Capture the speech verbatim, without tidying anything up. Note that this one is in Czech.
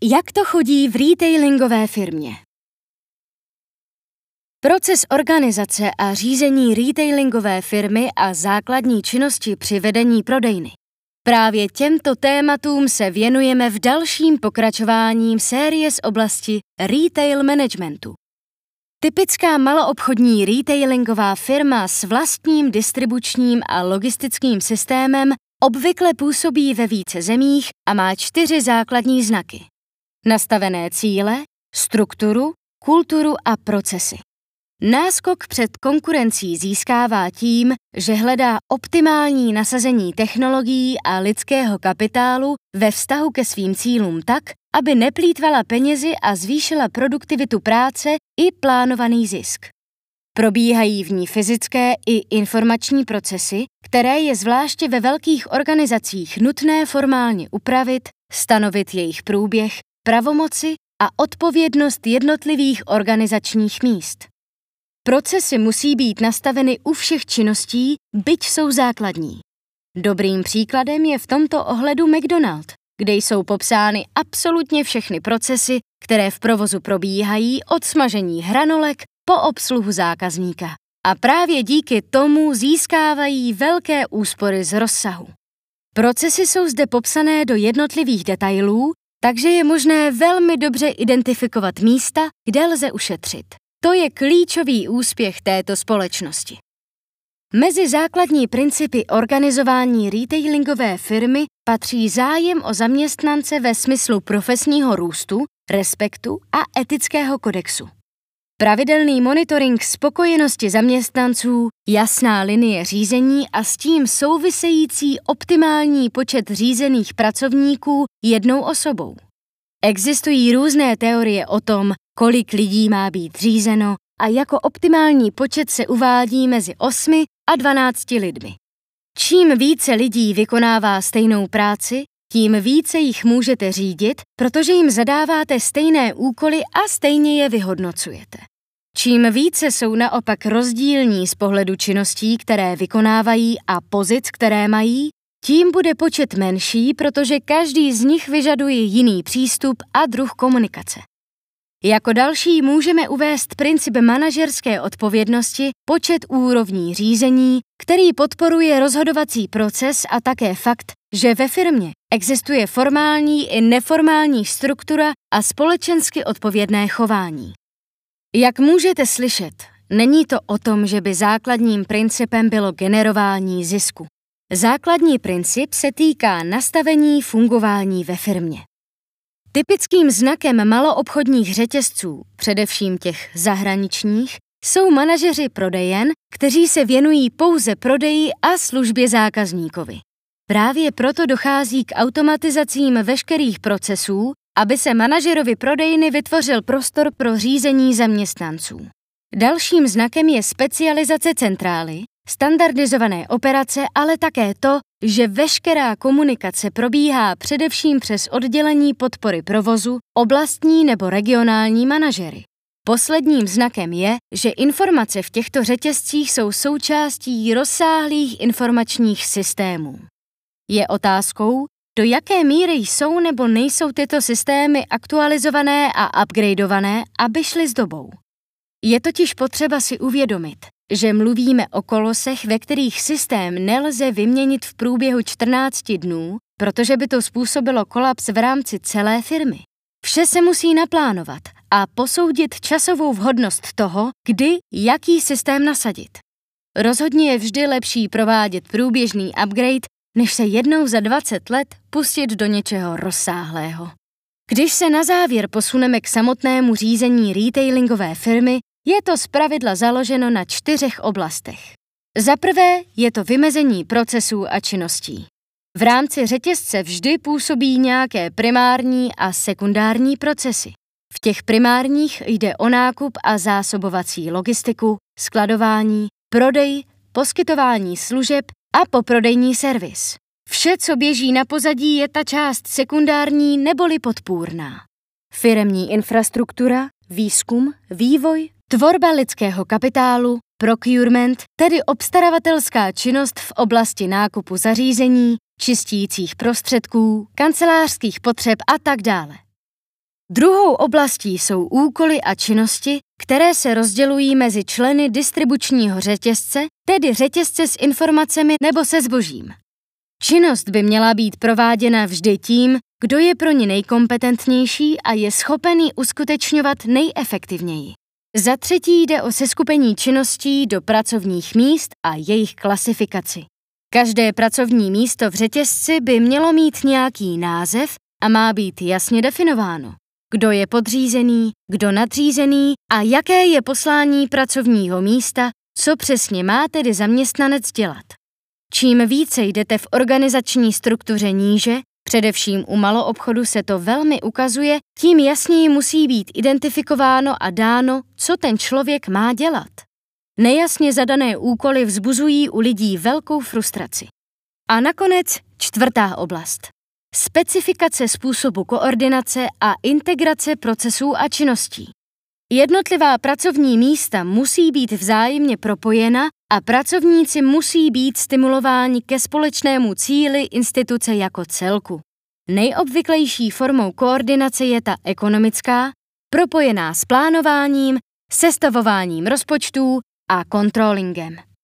Jak to chodí v retailingové firmě? Proces organizace a řízení retailingové firmy a základní činnosti při vedení prodejny. Právě těmto tématům se věnujeme v dalším pokračování série z oblasti retail managementu. Typická maloobchodní retailingová firma s vlastním distribučním a logistickým systémem obvykle působí ve více zemích a má čtyři základní znaky. Nastavené cíle, strukturu, kulturu a procesy. Náskok před konkurencí získává tím, že hledá optimální nasazení technologií a lidského kapitálu ve vztahu ke svým cílům tak, aby neplýtvala penězi a zvýšila produktivitu práce i plánovaný zisk. Probíhají v ní fyzické i informační procesy, které je zvláště ve velkých organizacích nutné formálně upravit, stanovit jejich průběh, pravomoci a odpovědnost jednotlivých organizačních míst. Procesy musí být nastaveny u všech činností, byť jsou základní. Dobrým příkladem je v tomto ohledu McDonald, kde jsou popsány absolutně všechny procesy, které v provozu probíhají od smažení hranolek po obsluhu zákazníka. A právě díky tomu získávají velké úspory z rozsahu. Procesy jsou zde popsané do jednotlivých detailů, takže je možné velmi dobře identifikovat místa, kde lze ušetřit. To je klíčový úspěch této společnosti. Mezi základní principy organizování retailingové firmy patří zájem o zaměstnance ve smyslu profesního růstu, respektu a etického kodexu. Pravidelný monitoring spokojenosti zaměstnanců, jasná linie řízení a s tím související optimální počet řízených pracovníků jednou osobou. Existují různé teorie o tom, kolik lidí má být řízeno a jako optimální počet se uvádí mezi osmi a dvanácti lidmi. Čím více lidí vykonává stejnou práci, tím více jich můžete řídit, protože jim zadáváte stejné úkoly a stejně je vyhodnocujete. Čím více jsou naopak rozdílní z pohledu činností, které vykonávají a pozic, které mají, tím bude počet menší, protože každý z nich vyžaduje jiný přístup a druh komunikace. Jako další můžeme uvést princip manažerské odpovědnosti, počet úrovní řízení, který podporuje rozhodovací proces a také fakt, že ve firmě existuje formální i neformální struktura a společensky odpovědné chování. Jak můžete slyšet, není to o tom, že by základním principem bylo generování zisku. Základní princip se týká nastavení fungování ve firmě. Typickým znakem maloobchodních řetězců, především těch zahraničních, jsou manažeři prodejen, kteří se věnují pouze prodeji a službě zákazníkovi. Právě proto dochází k automatizacím veškerých procesů, aby se manažerovi prodejny vytvořil prostor pro řízení zaměstnanců. Dalším znakem je specializace centrály, standardizované operace, ale také to, že veškerá komunikace probíhá především přes oddělení podpory provozu, oblastní nebo regionální manažery. Posledním znakem je, že informace v těchto řetězcích jsou součástí rozsáhlých informačních systémů. Je otázkou, do jaké míry jsou nebo nejsou tyto systémy aktualizované a upgradeované, aby šly s dobou. Je totiž potřeba si uvědomit, že mluvíme o kolosech, ve kterých systém nelze vyměnit v průběhu čtrnácti dnů, protože by to způsobilo kolaps v rámci celé firmy. Vše se musí naplánovat a posoudit časovou vhodnost toho, kdy jaký systém nasadit. Rozhodně je vždy lepší provádět průběžný upgrade, než se jednou za dvacet let pustit do něčeho rozsáhlého. Když se na závěr posuneme k samotnému řízení retailingové firmy, je to zpravidla založeno na čtyřech oblastech. Za prvé je to vymezení procesů a činností. V rámci řetězce vždy působí nějaké primární a sekundární procesy. V těch primárních jde o nákup a zásobovací logistiku, skladování, prodej, poskytování služeb a poprodejní servis. Vše, co běží na pozadí, je ta část sekundární neboli podpůrná. Firemní infrastruktura, výzkum, vývoj, tvorba lidského kapitálu, procurement, tedy obstaravatelská činnost v oblasti nákupu zařízení, čistících prostředků, kancelářských potřeb a tak dále. Druhou oblastí jsou úkoly a činnosti, které se rozdělují mezi členy distribučního řetězce, tedy řetězce s informacemi nebo se zbožím. Činnost by měla být prováděna vždy tím, kdo je pro ní nejkompetentnější a je schopen ji uskutečňovat nejefektivněji. Za třetí jde o seskupení činností do pracovních míst a jejich klasifikaci. Každé pracovní místo v řetězci by mělo mít nějaký název a má být jasně definováno. Kdo je podřízený, kdo nadřízený a jaké je poslání pracovního místa, co přesně má tedy zaměstnanec dělat. Čím více jdete v organizační struktuře níže, především u maloobchodu se to velmi ukazuje, tím jasněji musí být identifikováno a dáno, co ten člověk má dělat. Nejasně zadané úkoly vzbuzují u lidí velkou frustraci. A nakonec čtvrtá oblast. Specifikace způsobu koordinace a integrace procesů a činností. Jednotlivá pracovní místa musí být vzájemně propojena a pracovníci musí být stimulováni ke společnému cíli instituce jako celku. Nejobvyklejší formou koordinace je ta ekonomická, propojená s plánováním, sestavováním rozpočtů a controllingem.